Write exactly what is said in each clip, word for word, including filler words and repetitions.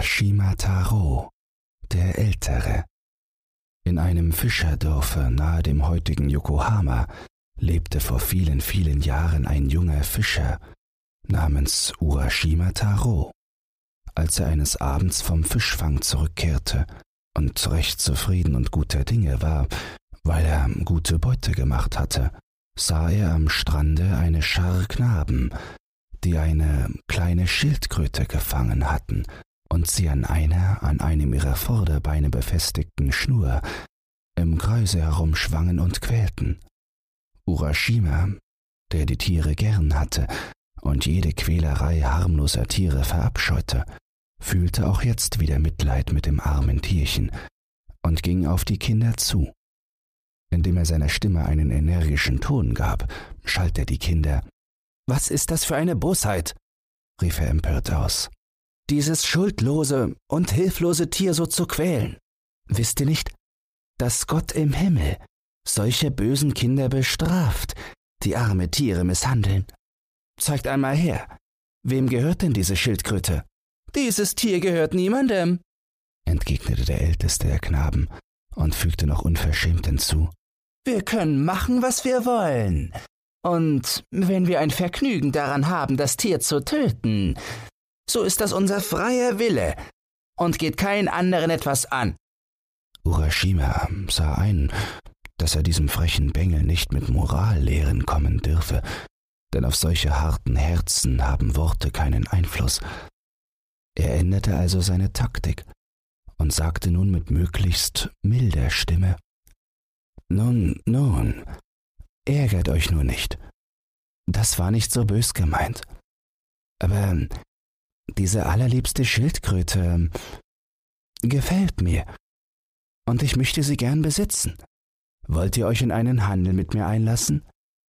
Urashima Taro, der Ältere. In einem Fischerdorfe nahe dem heutigen Yokohama lebte vor vielen, vielen Jahren ein junger Fischer namens Urashima Taro. Als er eines Abends vom Fischfang zurückkehrte und recht zufrieden und guter Dinge war, weil er gute Beute gemacht hatte, sah er am Strande eine Schar Knaben, die eine kleine Schildkröte gefangen hatten und sie an einer an einem ihrer Vorderbeine befestigten Schnur im Kreise herumschwangen und quälten. Urashima, der die Tiere gern hatte und jede Quälerei harmloser Tiere verabscheute, fühlte auch jetzt wieder Mitleid mit dem armen Tierchen und ging auf die Kinder zu. Indem er seiner Stimme einen energischen Ton gab, schalt er die Kinder. »Was ist das für eine Bosheit?« rief er empört aus. »Dieses schuldlose und hilflose Tier so zu quälen. Wisst ihr nicht, dass Gott im Himmel solche bösen Kinder bestraft, die arme Tiere misshandeln? Zeigt einmal her, wem gehört denn diese Schildkröte?« »Dieses Tier gehört niemandem«, entgegnete der älteste der Knaben und fügte noch unverschämt hinzu. »Wir können machen, was wir wollen. Und wenn wir ein Vergnügen daran haben, das Tier zu töten, so ist das unser freier Wille und geht keinen anderen etwas an.« Urashima sah ein, dass er diesem frechen Bengel nicht mit Morallehren kommen dürfe, denn auf solche harten Herzen haben Worte keinen Einfluss. Er änderte also seine Taktik und sagte nun mit möglichst milder Stimme: »Nun, nun, ärgert euch nur nicht. Das war nicht so bös gemeint. Aber diese allerliebste Schildkröte gefällt mir und ich möchte sie gern besitzen. Wollt ihr euch in einen Handel mit mir einlassen?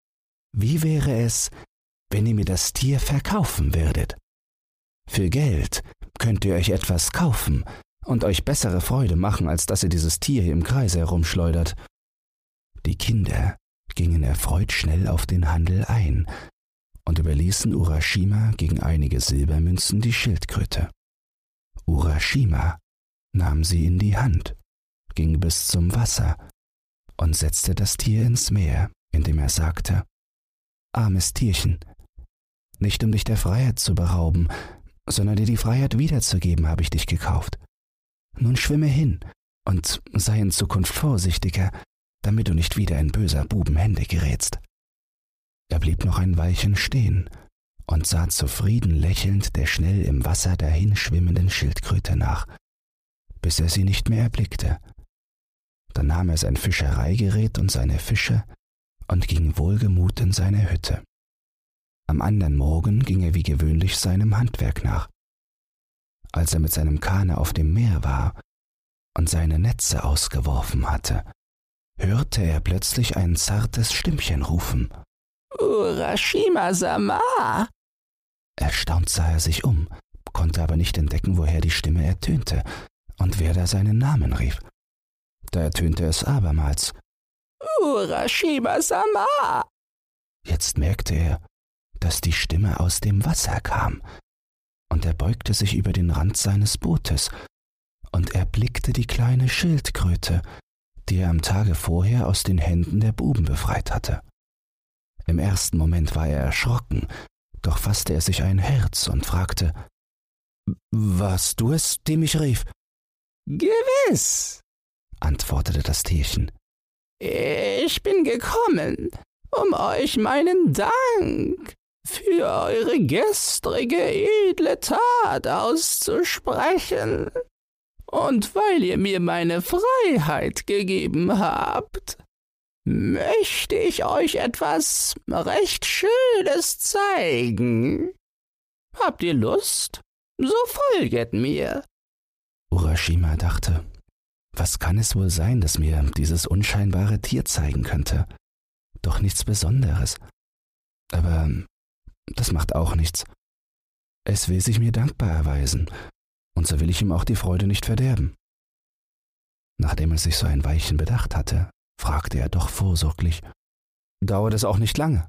Wie wäre es, wenn ihr mir das Tier verkaufen würdet? Für Geld könnt ihr euch etwas kaufen und euch bessere Freude machen, als dass ihr dieses Tier hier im Kreise herumschleudert.« Die Kinder gingen erfreut schnell auf den Handel ein und überließen Urashima gegen einige Silbermünzen die Schildkröte. Urashima nahm sie in die Hand, ging bis zum Wasser und setzte das Tier ins Meer, indem er sagte: »Armes Tierchen, nicht um dich der Freiheit zu berauben, sondern dir die Freiheit wiederzugeben, habe ich dich gekauft. Nun schwimme hin und sei in Zukunft vorsichtiger, damit du nicht wieder in böser Buben Hände gerätst.« Er blieb noch ein Weilchen stehen und sah zufrieden lächelnd der schnell im Wasser dahinschwimmenden Schildkröte nach, bis er sie nicht mehr erblickte. Dann nahm er sein Fischereigerät und seine Fische und ging wohlgemut in seine Hütte. Am anderen Morgen ging er wie gewöhnlich seinem Handwerk nach. Als er mit seinem Kahne auf dem Meer war und seine Netze ausgeworfen hatte, hörte er plötzlich ein zartes Stimmchen rufen: »Urashima-sama!« Erstaunt sah er sich um, konnte aber nicht entdecken, woher die Stimme ertönte und wer da seinen Namen rief. Da ertönte es abermals: »Urashima-sama!« Jetzt merkte er, dass die Stimme aus dem Wasser kam, und er beugte sich über den Rand seines Bootes und erblickte die kleine Schildkröte, die er am Tage vorher aus den Händen der Buben befreit hatte. Im ersten Moment war er erschrocken, doch fasste er sich ein Herz und fragte: »Warst du es, die mich rief?« »Gewiss«, antwortete das Tierchen. »Ich bin gekommen, um euch meinen Dank für eure gestrige edle Tat auszusprechen. Und weil ihr mir meine Freiheit gegeben habt, möchte ich euch etwas recht Schönes zeigen. Habt ihr Lust? So folget mir.« Urashima dachte: Was kann es wohl sein, das mir dieses unscheinbare Tier zeigen könnte? Doch nichts Besonderes. Aber das macht auch nichts. Es will sich mir dankbar erweisen, und so will ich ihm auch die Freude nicht verderben. Nachdem er sich so ein Weilchen bedacht hatte, fragte er doch vorsorglich: »Dauert es auch nicht lange?«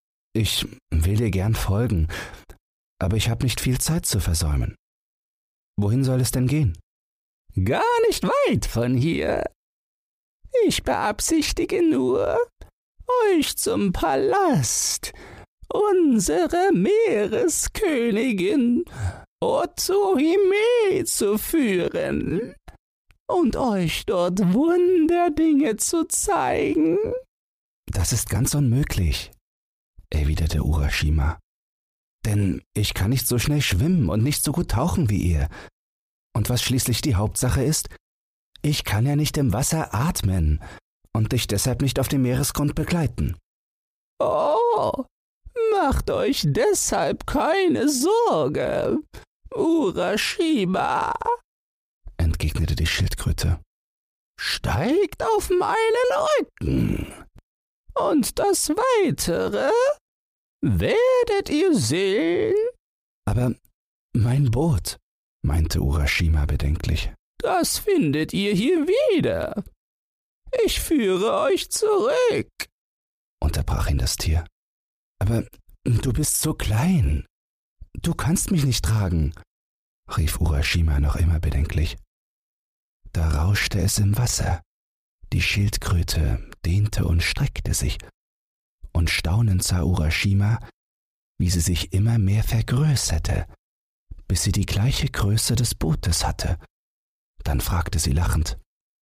»Ich will dir gern folgen, aber ich habe nicht viel Zeit zu versäumen.« Wohin soll es denn gehen? Gar nicht weit von hier. Ich beabsichtige nur, euch zum Palast unsere Meereskönigin Otohime zu führen und euch dort Wunderdinge zu zeigen. Das ist ganz unmöglich, erwiderte Urashima. Denn ich kann nicht so schnell schwimmen und nicht so gut tauchen wie ihr. Und was schließlich die Hauptsache ist, ich kann ja nicht im Wasser atmen und dich deshalb nicht auf dem Meeresgrund begleiten. Oh, macht euch deshalb keine Sorge, Urashima, entgegnete die Schildkröte. Steigt auf meinen Rücken, und das Weitere werdet ihr sehen. Aber mein Boot, meinte Urashima bedenklich. Das findet ihr hier wieder. Ich führe euch zurück, unterbrach ihn das Tier. Aber du bist so klein. Du kannst mich nicht tragen, rief Urashima noch immer bedenklich. Da rauschte es im Wasser. Die Schildkröte dehnte und streckte sich. Und staunend sah Urashima, wie sie sich immer mehr vergrößerte, bis sie die gleiche Größe des Bootes hatte. Dann fragte sie lachend: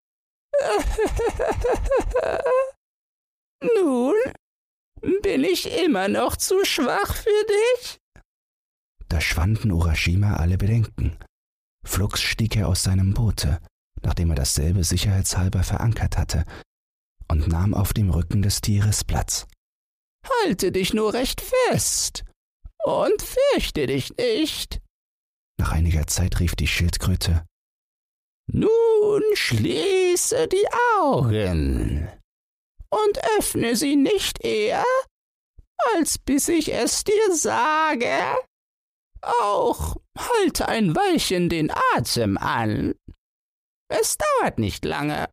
Nun, bin ich immer noch zu schwach für dich? Da schwanden Urashima alle Bedenken. Flugs stieg er aus seinem Boote, nachdem er dasselbe sicherheitshalber verankert hatte, und nahm auf dem Rücken des Tieres Platz. Halte dich nur recht fest und fürchte dich nicht. Nach einiger Zeit rief die Schildkröte: Nun schließe die Augen und öffne sie nicht eher, als bis ich es dir sage. Auch halte ein Weilchen den Atem an. Es dauert nicht lange.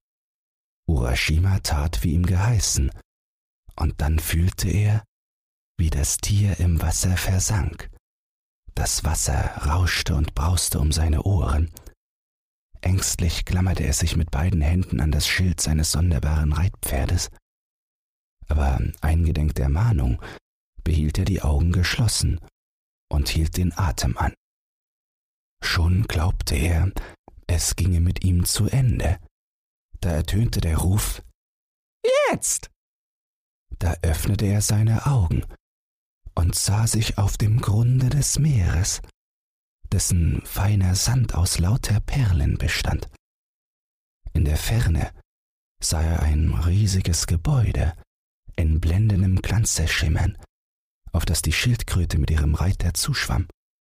Urashima tat, wie ihm geheißen, und dann fühlte er, wie das Tier im Wasser versank. Das Wasser rauschte und brauste um seine Ohren. Ängstlich klammerte er sich mit beiden Händen an das Schild seines sonderbaren Reitpferdes. Aber eingedenk der Mahnung behielt er die Augen geschlossen und hielt den Atem an. Schon glaubte er, es ginge mit ihm zu Ende. Da ertönte der Ruf: Jetzt! Da öffnete er seine Augen und sah sich auf dem Grunde des Meeres, dessen feiner Sand aus lauter Perlen bestand. In der Ferne sah er ein riesiges Gebäude in blendendem Glanze schimmern, auf das die Schildkröte mit ihrem Reiter zuschwamm.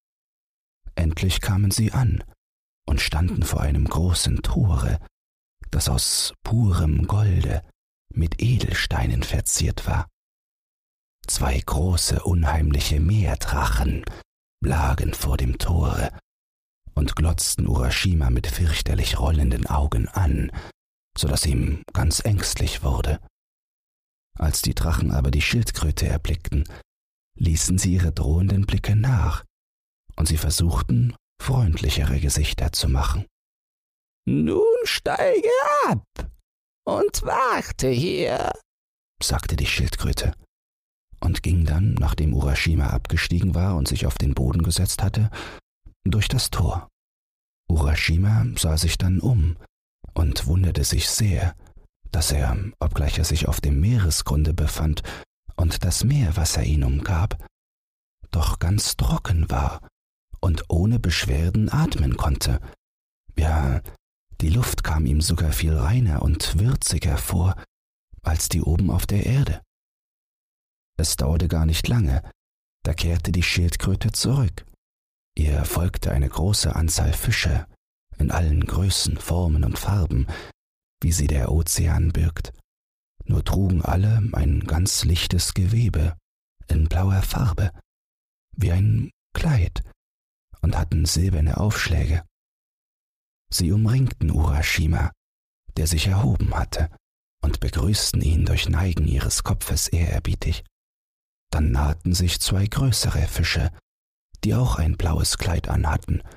Endlich kamen sie an und standen vor einem großen Tore, das aus purem Golde mit Edelsteinen verziert war. Zwei große, unheimliche Meerdrachen lagen vor dem Tore und glotzten Urashima mit fürchterlich rollenden Augen an, so daß ihm ganz ängstlich wurde. Als die Drachen aber die Schildkröte erblickten, ließen sie ihre drohenden Blicke nach, und sie versuchten, freundlichere Gesichter zu machen. »Nun steige ab und warte hier«, sagte die Schildkröte, und ging dann, nachdem Urashima abgestiegen war und sich auf den Boden gesetzt hatte, durch das Tor. Urashima sah sich dann um und wunderte sich sehr, dass er, obgleich er sich auf dem Meeresgrunde befand und das Meerwasser ihn umgab, doch ganz trocken war und ohne Beschwerden atmen konnte. Ja, die Luft kam ihm sogar viel reiner und würziger vor als die oben auf der Erde. Es dauerte gar nicht lange, da kehrte die Schildkröte zurück. Ihr folgte eine große Anzahl Fische in allen Größen, Formen und Farben, wie sie der Ozean birgt, nur trugen alle ein ganz lichtes Gewebe in blauer Farbe, wie ein Kleid, und hatten silberne Aufschläge. Sie umringten Urashima, der sich erhoben hatte, und begrüßten ihn durch Neigen ihres Kopfes ehrerbietig. Dann nahten sich zwei größere Fische, die auch ein blaues Kleid anhatten,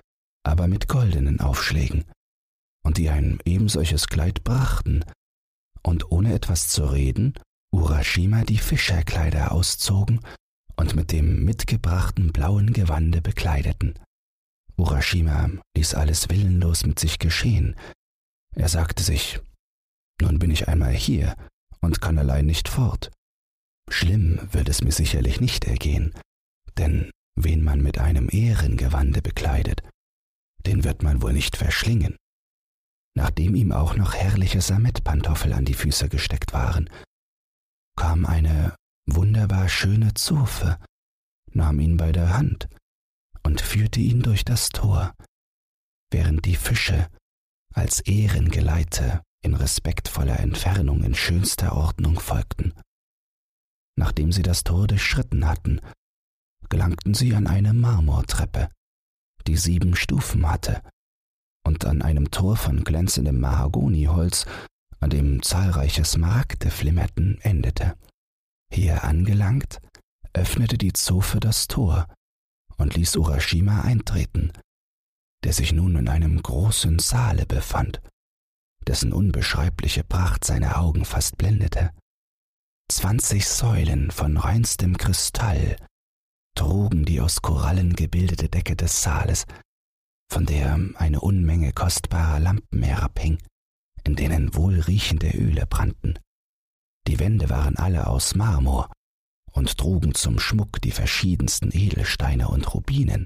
aber mit goldenen Aufschlägen, und die ein ebensolches Kleid brachten, und ohne etwas zu reden, Urashima die Fischerkleider auszogen und mit dem mitgebrachten blauen Gewande bekleideten. Urashima ließ alles willenlos mit sich geschehen. Er sagte sich, nun bin ich einmal hier und kann allein nicht fort. Schlimm wird es mir sicherlich nicht ergehen, denn wen man mit einem Ehrengewande bekleidet, den wird man wohl nicht verschlingen. Nachdem ihm auch noch herrliche Samettpantoffel an die Füße gesteckt waren, kam eine wunderbar schöne Zofe, nahm ihn bei der Hand und führte ihn durch das Tor, während die Fische als Ehrengeleite in respektvoller Entfernung in schönster Ordnung folgten. Nachdem sie das Tor durchschritten hatten, gelangten sie an eine Marmortreppe, die sieben Stufen hatte, und an einem Tor von glänzendem Mahagoniholz, an dem zahlreiche Smaragde flimmerten, endete. Hier angelangt, öffnete die Zofe das Tor und ließ Urashima eintreten, der sich nun in einem großen Saale befand, dessen unbeschreibliche Pracht seine Augen fast blendete. Zwanzig Säulen von reinstem Kristall trugen die aus Korallen gebildete Decke des Saales, von der eine Unmenge kostbarer Lampen herabhing, in denen wohlriechende Öle brannten. Die Wände waren alle aus Marmor und trugen zum Schmuck die verschiedensten Edelsteine und Rubinen.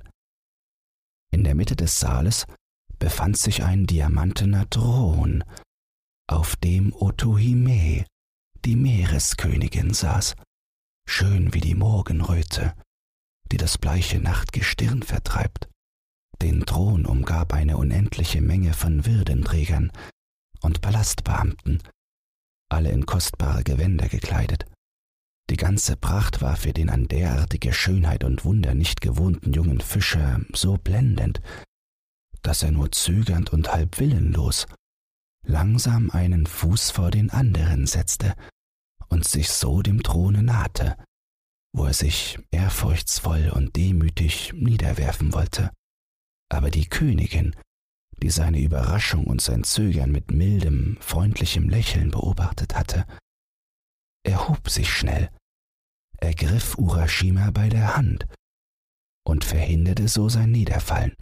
In der Mitte des Saales befand sich ein diamantener Thron, auf dem Otohime, die Meereskönigin, saß, schön wie die Morgenröte, die das bleiche Nachtgestirn vertreibt. Den Thron umgab eine unendliche Menge von Würdenträgern und Palastbeamten, alle in kostbare Gewänder gekleidet. Die ganze Pracht war für den an derartige Schönheit und Wunder nicht gewohnten jungen Fischer so blendend, dass er nur zögernd und halb willenlos langsam einen Fuß vor den anderen setzte und sich so dem Throne nahte, wo er sich ehrfurchtsvoll und demütig niederwerfen wollte. Aber die Königin, die seine Überraschung und sein Zögern mit mildem, freundlichem Lächeln beobachtet hatte, erhob sich schnell, ergriff Urashima bei der Hand und verhinderte so sein Niederfallen.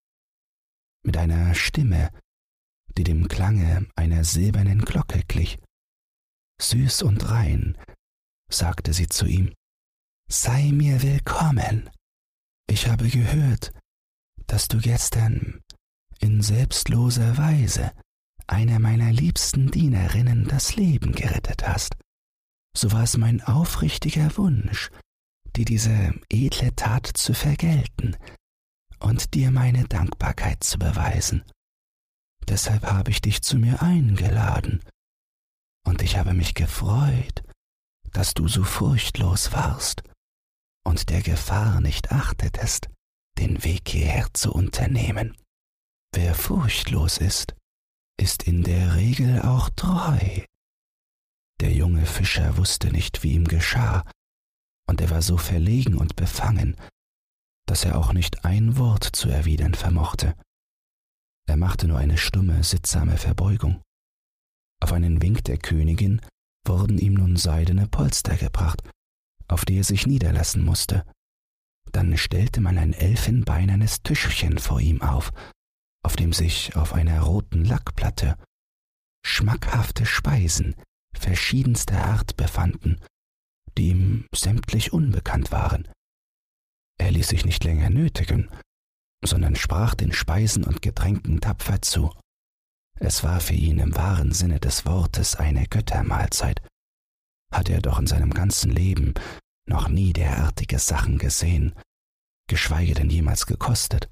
Mit einer Stimme, die dem Klange einer silbernen Glocke glich, süß und rein, sagte sie zu ihm, »Sei mir willkommen. Ich habe gehört, dass du gestern in selbstloser Weise einer meiner liebsten Dienerinnen das Leben gerettet hast. So war es mein aufrichtiger Wunsch, dir diese edle Tat zu vergelten und dir meine Dankbarkeit zu beweisen. Deshalb habe ich dich zu mir eingeladen, und ich habe mich gefreut, dass du so furchtlos warst und der Gefahr nicht achtetest, den Weg hierher zu unternehmen. Wer furchtlos ist, ist in der Regel auch treu.« Der junge Fischer wusste nicht, wie ihm geschah, und er war so verlegen und befangen, dass er auch nicht ein Wort zu erwidern vermochte. Er machte nur eine stumme, sittsame Verbeugung. Auf einen Wink der Königin wurden ihm nun seidene Polster gebracht, auf die er sich niederlassen musste. Dann stellte man ein elfenbeinernes Tischchen vor ihm auf, auf dem sich auf einer roten Lackplatte schmackhafte Speisen verschiedenster Art befanden, die ihm sämtlich unbekannt waren. Er ließ sich nicht länger nötigen, sondern sprach den Speisen und Getränken tapfer zu. Es war für ihn im wahren Sinne des Wortes eine Göttermahlzeit. Hatte er doch in seinem ganzen Leben noch nie derartige Sachen gesehen, geschweige denn jemals gekostet.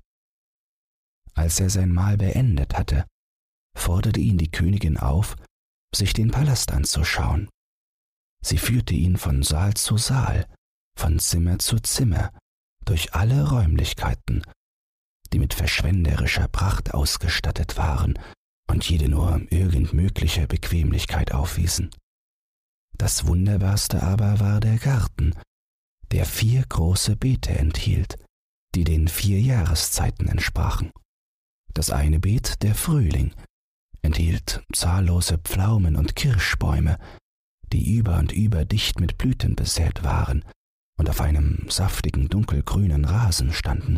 Als er sein Mahl beendet hatte, forderte ihn die Königin auf, sich den Palast anzuschauen. Sie führte ihn von Saal zu Saal, von Zimmer zu Zimmer, durch alle Räumlichkeiten, die mit verschwenderischer Pracht ausgestattet waren und jede nur irgend mögliche Bequemlichkeit aufwiesen. Das Wunderbarste aber war der Garten, der vier große Beete enthielt, die den vier Jahreszeiten entsprachen. Das eine Beet, der Frühling, enthielt zahllose Pflaumen und Kirschbäume, die über und über dicht mit Blüten besät waren und auf einem saftigen dunkelgrünen Rasen standen.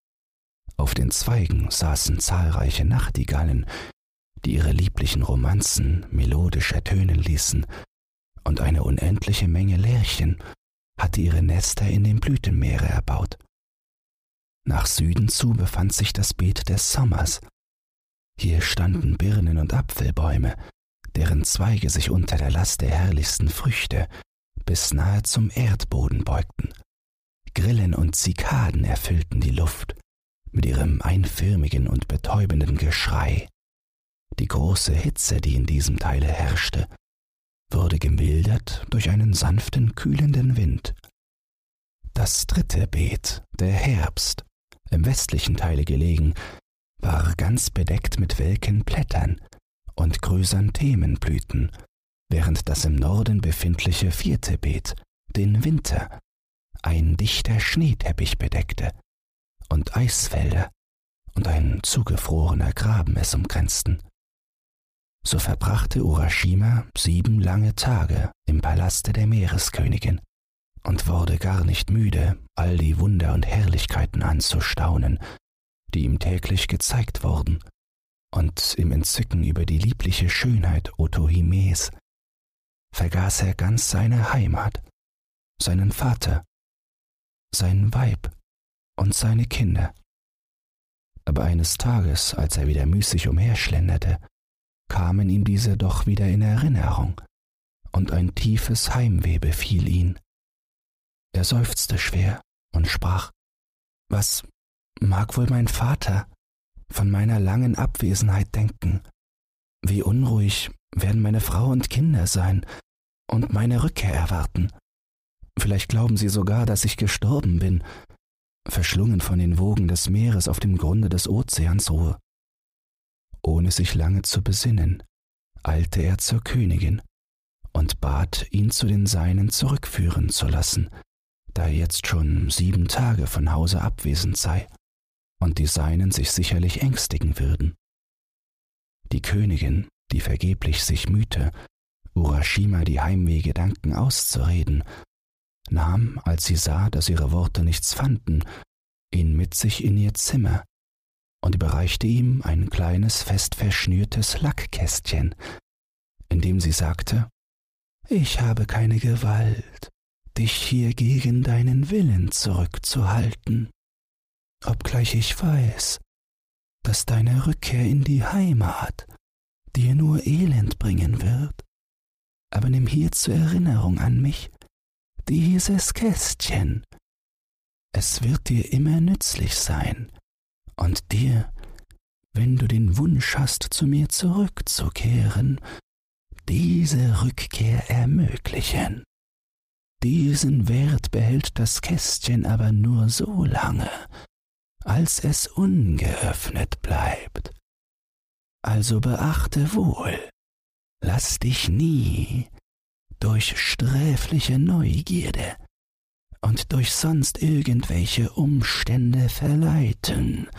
Auf den Zweigen saßen zahlreiche Nachtigallen, die ihre lieblichen Romanzen melodisch ertönen ließen, und eine unendliche Menge Lerchen hatte ihre Nester in dem Blütenmeere erbaut. Nach Süden zu befand sich das Beet des Sommers. Hier standen Birnen- und Apfelbäume, deren Zweige sich unter der Last der herrlichsten Früchte bis nahe zum Erdboden beugten. Grillen und Zikaden erfüllten die Luft mit ihrem einförmigen und betäubenden Geschrei. Die große Hitze, die in diesem Teile herrschte, wurde gemildert durch einen sanften, kühlenden Wind. Das dritte Beet, der Herbst, im westlichen Teile gelegen, war ganz bedeckt mit welken Blättern und Chrysanthemenblüten, während das im Norden befindliche vierte Beet, den Winter, ein dichter Schneeteppich bedeckte und Eisfelder und ein zugefrorener Graben es umgrenzten. So verbrachte Urashima sieben lange Tage im Palaste der Meereskönigin und wurde gar nicht müde, all die Wunder und Herrlichkeiten anzustaunen, die ihm täglich gezeigt wurden, und im Entzücken über die liebliche Schönheit Otohimes vergaß er ganz seine Heimat, seinen Vater, sein Weib und seine Kinder. Aber eines Tages, als er wieder müßig umherschlenderte, kamen ihm diese doch wieder in Erinnerung, und ein tiefes Heimweh befiel ihn. Er seufzte schwer und sprach: »Was mag wohl mein Vater von meiner langen Abwesenheit denken? Wie unruhig werden meine Frau und Kinder sein und meine Rückkehr erwarten. Vielleicht glauben sie sogar, dass ich gestorben bin, verschlungen von den Wogen des Meeres auf dem Grunde des Ozeans ruhe.« Ohne sich lange zu besinnen, eilte er zur Königin und bat, ihn zu den Seinen zurückführen zu lassen, da er jetzt schon sieben Tage von Hause abwesend sei und die Seinen sich sicherlich ängstigen würden. Die Königin, die vergeblich sich mühte, Urashima die Heimwehgedanken auszureden, nahm, als sie sah, dass ihre Worte nichts fanden, ihn mit sich in ihr Zimmer und überreichte ihm ein kleines, fest verschnürtes Lackkästchen, in dem sie sagte: »Ich habe keine Gewalt, dich hier gegen deinen Willen zurückzuhalten, obgleich ich weiß, dass deine Rückkehr in die Heimat dir nur Elend bringen wird. Aber nimm hier zur Erinnerung an mich dieses Kästchen. Es wird dir immer nützlich sein und dir, wenn du den Wunsch hast, zu mir zurückzukehren, diese Rückkehr ermöglichen. Diesen Wert behält das Kästchen aber nur so lange, als es ungeöffnet bleibt. Also beachte wohl, lass dich nie durch sträfliche Neugierde und durch sonst irgendwelche Umstände verleiten,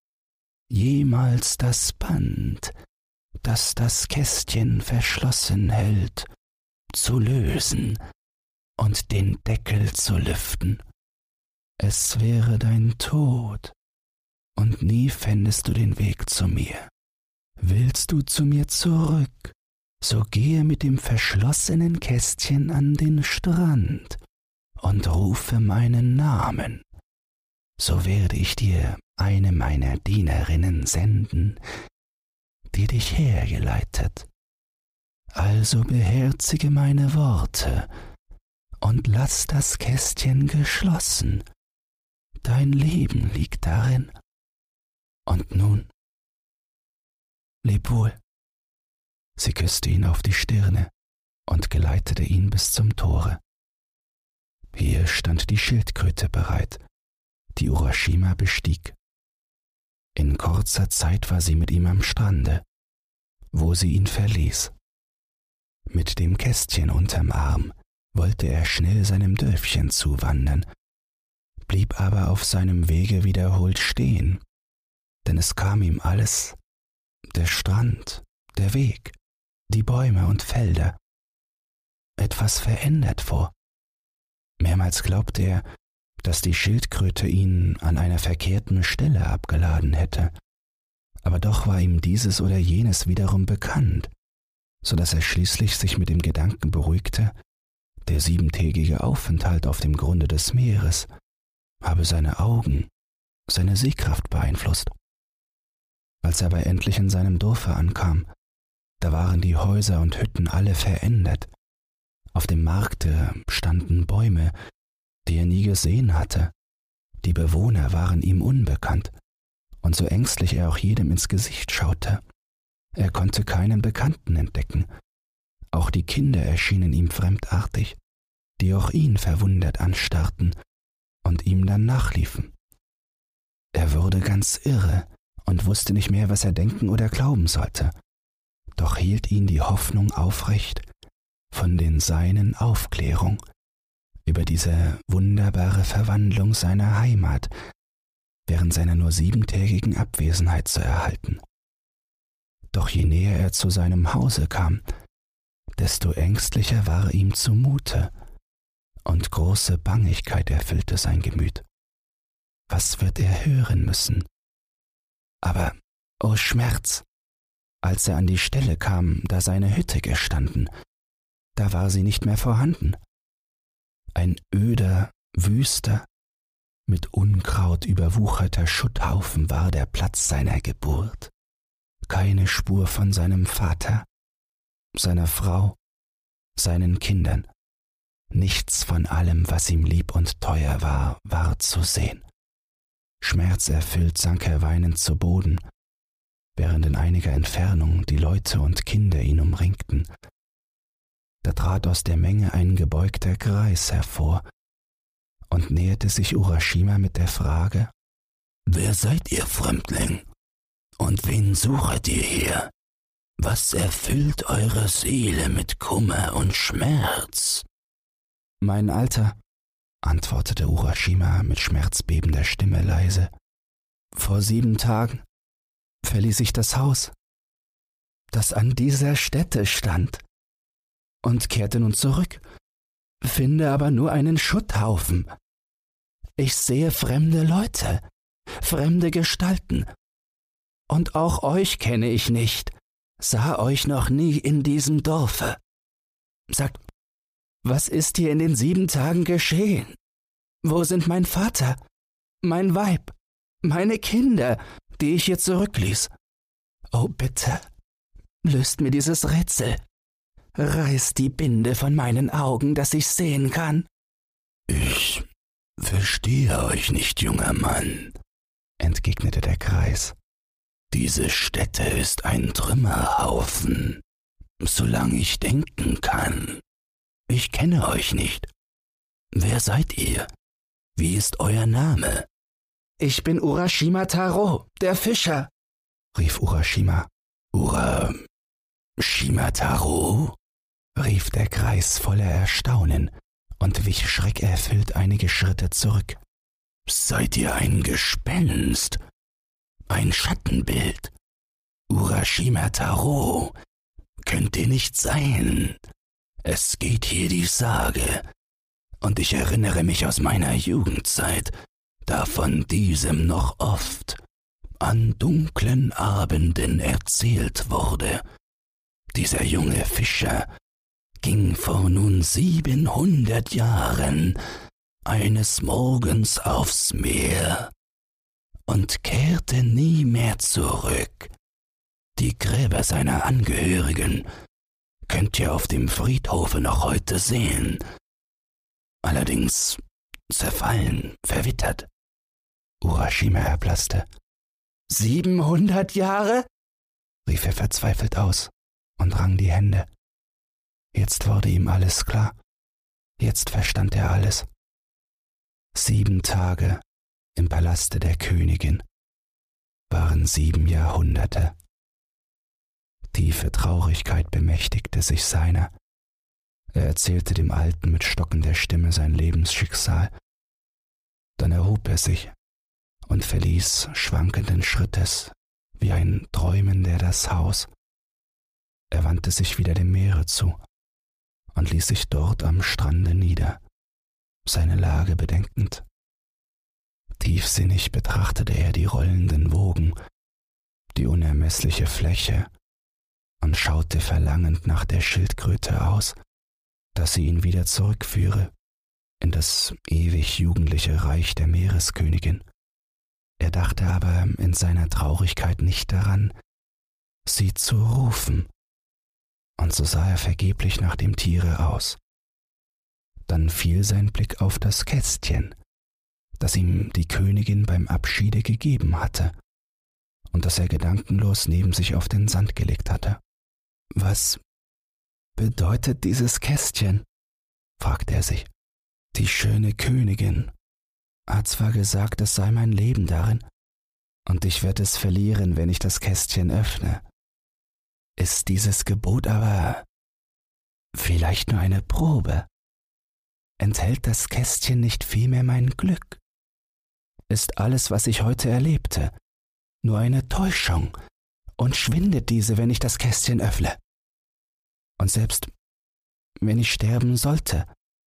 jemals das Band, das das Kästchen verschlossen hält, zu lösen und den Deckel zu lüften. Es wäre dein Tod, und nie fändest du den Weg zu mir. Willst du zu mir zurück, so gehe mit dem verschlossenen Kästchen an den Strand und rufe meinen Namen. So werde ich dir eine meiner Dienerinnen senden, die dich hergeleitet. Also beherzige meine Worte und lass das Kästchen geschlossen. Dein Leben liegt darin. Und nun, leb wohl.« Sie küsste ihn auf die Stirne und geleitete ihn bis zum Tore. Hier stand die Schildkröte bereit, die Urashima bestieg. In kurzer Zeit war sie mit ihm am Strande, wo sie ihn verließ. Mit dem Kästchen unterm Arm wollte er schnell seinem Dörfchen zuwandern, blieb aber auf seinem Wege wiederholt stehen, denn es kam ihm alles, der Strand, der Weg, die Bäume und Felder, etwas verändert vor. Mehrmals glaubte er, dass die Schildkröte ihn an einer verkehrten Stelle abgeladen hätte, aber doch war ihm dieses oder jenes wiederum bekannt, so dass er schließlich sich mit dem Gedanken beruhigte, der siebentägige Aufenthalt auf dem Grunde des Meeres habe seine Augen, seine Sehkraft beeinflusst. Als er aber endlich in seinem Dorfe ankam, da waren die Häuser und Hütten alle verändert. Auf dem Markte standen Bäume, die er nie gesehen hatte. Die Bewohner waren ihm unbekannt, und so ängstlich er auch jedem ins Gesicht schaute, er konnte keinen Bekannten entdecken. Auch die Kinder erschienen ihm fremdartig, die auch ihn verwundert anstarrten und ihm dann nachliefen. Er wurde ganz irre und wusste nicht mehr, was er denken oder glauben sollte. Doch hielt ihn die Hoffnung aufrecht, von den Seinen Aufklärung über diese wunderbare Verwandlung seiner Heimat während seiner nur siebentägigen Abwesenheit zu erhalten. Doch je näher er zu seinem Hause kam, desto ängstlicher war ihm zumute, und große Bangigkeit erfüllte sein Gemüt. Was wird er hören müssen? Aber, o Schmerz! Als er an die Stelle kam, da seine Hütte gestanden, da war sie nicht mehr vorhanden. Ein öder, wüster, mit Unkraut überwucherter Schutthaufen war der Platz seiner Geburt. Keine Spur von seinem Vater, seiner Frau, seinen Kindern. Nichts von allem, was ihm lieb und teuer war, war zu sehen. Schmerzerfüllt sank er weinend zu Boden, während in einiger Entfernung die Leute und Kinder ihn umringten. Da trat aus der Menge ein gebeugter Greis hervor und näherte sich Urashima mit der Frage: »Wer seid ihr, Fremdling? Und wen suchet ihr hier? Was erfüllt eure Seele mit Kummer und Schmerz?« »Mein Alter«, antwortete Urashima mit schmerzbebender Stimme leise, »vor sieben Tagen verließ ich das Haus, das an dieser Stätte stand, und kehrte nun zurück, finde aber nur einen Schutthaufen. Ich sehe fremde Leute, fremde Gestalten, und auch euch kenne ich nicht, sah euch noch nie in diesem Dorfe. Sagt, was ist hier in den sieben Tagen geschehen? Wo sind mein Vater, mein Weib, meine Kinder, die ich hier zurückließ? Oh bitte, löst mir dieses Rätsel. Reißt die Binde von meinen Augen, dass ich sehen kann.« »Ich verstehe euch nicht, junger Mann«, entgegnete der Greis. »Diese Stätte ist ein Trümmerhaufen, solange ich denken kann. Ich kenne euch nicht. Wer seid ihr? Wie ist euer Name?« »Ich bin Urashima Taro, der Fischer«, rief Urashima. »Urashima Taro?« rief der Greis voller Erstaunen und wich schreckerfüllt einige Schritte zurück. »Seid ihr ein Gespenst? Ein Schattenbild? Urashima Taro? Könnt ihr nicht sein? Es geht hier die Sage, und ich erinnere mich aus meiner Jugendzeit, da von diesem noch oft an dunklen Abenden erzählt wurde. Dieser junge Fischer ging vor nun siebenhundert Jahren eines Morgens aufs Meer und kehrte nie mehr zurück. Die Gräber seiner Angehörigen könnt ihr auf dem Friedhofe noch heute sehen, allerdings zerfallen, verwittert.« Urashima erblaßte. »Siebenhundert Jahre?« rief er verzweifelt aus und rang die Hände. Jetzt wurde ihm alles klar. Jetzt verstand er alles. Sieben Tage im Palaste der Königin waren sieben Jahrhunderte. Tiefe Traurigkeit bemächtigte sich seiner. Er erzählte dem Alten mit stockender Stimme sein Lebensschicksal. Dann erhob er sich und verließ schwankenden Schrittes wie ein Träumender das Haus. Er wandte sich wieder dem Meere zu und ließ sich dort am Strande nieder, seine Lage bedenkend. Tiefsinnig betrachtete er die rollenden Wogen, die unermessliche Fläche und schaute verlangend nach der Schildkröte aus, dass sie ihn wieder zurückführe in das ewig jugendliche Reich der Meereskönigin. Er dachte aber in seiner Traurigkeit nicht daran, sie zu rufen, und so sah er vergeblich nach dem Tiere aus. Dann fiel sein Blick auf das Kästchen, das ihm die Königin beim Abschiede gegeben hatte und das er gedankenlos neben sich auf den Sand gelegt hatte. »Was bedeutet dieses Kästchen?« fragte er sich. »Die schöne Königin hat zwar gesagt, es sei mein Leben darin, und ich werde es verlieren, wenn ich das Kästchen öffne. Ist dieses Gebot aber vielleicht nur eine Probe? Enthält das Kästchen nicht vielmehr mein Glück? Ist alles, was ich heute erlebte, nur eine Täuschung und schwindet diese, wenn ich das Kästchen öffne? Und selbst wenn ich sterben sollte,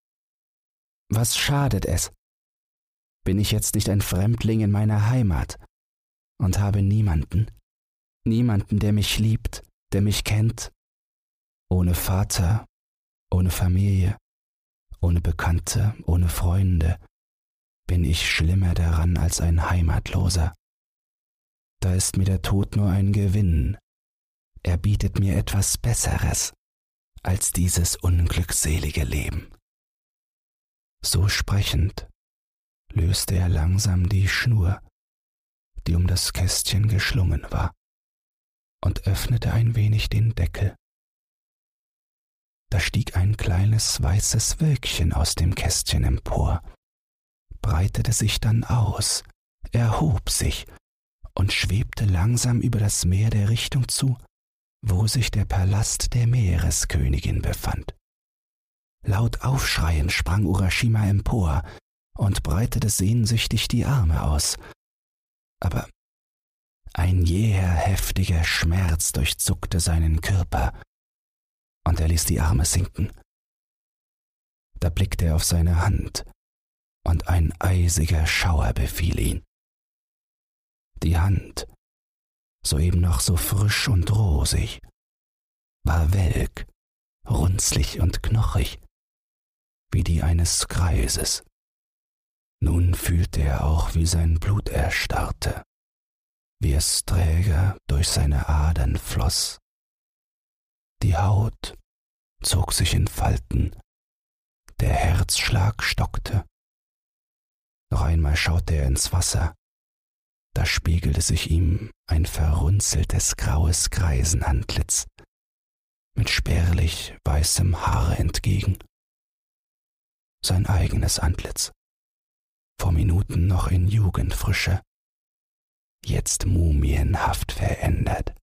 was schadet es? Bin ich jetzt nicht ein Fremdling in meiner Heimat und habe niemanden, niemanden, der mich liebt, der mich kennt, ohne Vater, ohne Familie, ohne Bekannte, ohne Freunde, bin ich schlimmer daran als ein Heimatloser. Da ist mir der Tod nur ein Gewinn. Er bietet mir etwas Besseres als dieses unglückselige Leben.« So sprechend löste er langsam die Schnur, die um das Kästchen geschlungen war, und öffnete ein wenig den Deckel. Da stieg ein kleines weißes Wölkchen aus dem Kästchen empor, breitete sich dann aus, erhob sich und schwebte langsam über das Meer der Richtung zu, wo sich der Palast der Meereskönigin befand. Laut aufschreiend sprang Urashima empor und breitete sehnsüchtig die Arme aus. Aber ein jäher, heftiger Schmerz durchzuckte seinen Körper, und er ließ die Arme sinken. Da blickte er auf seine Hand, und ein eisiger Schauer befiel ihn. Die Hand, soeben noch so frisch und rosig, war welk, runzlig und knochig, wie die eines Greises. Nun fühlte er auch, wie sein Blut erstarrte, wie es träger durch seine Adern floss. Die Haut zog sich in Falten, der Herzschlag stockte. Noch einmal schaute er ins Wasser, da spiegelte sich ihm ein verrunzeltes graues Greisenantlitz mit spärlich weißem Haar entgegen. Sein eigenes Antlitz, vor Minuten noch in Jugendfrische, jetzt mumienhaft verändert.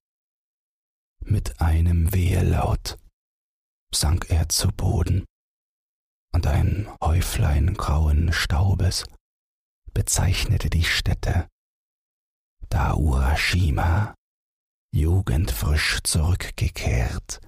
Mit einem Wehelaut sank er zu Boden, und ein Häuflein grauen Staubes bezeichnete die Stätte, da Urashima, jugendfrisch zurückgekehrt,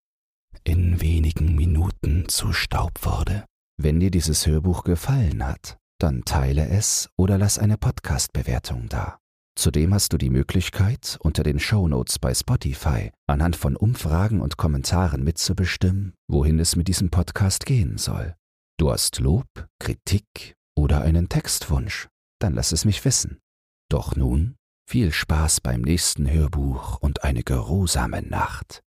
in wenigen Minuten zu Staub wurde. Wenn dir dieses Hörbuch gefallen hat, dann teile es oder lass eine Podcast-Bewertung da. Zudem hast du die Möglichkeit, unter den Shownotes bei Spotify anhand von Umfragen und Kommentaren mitzubestimmen, wohin es mit diesem Podcast gehen soll. Du hast Lob, Kritik oder einen Textwunsch, dann lass es mich wissen. Doch nun viel Spaß beim nächsten Hörbuch und eine geruhsame Nacht.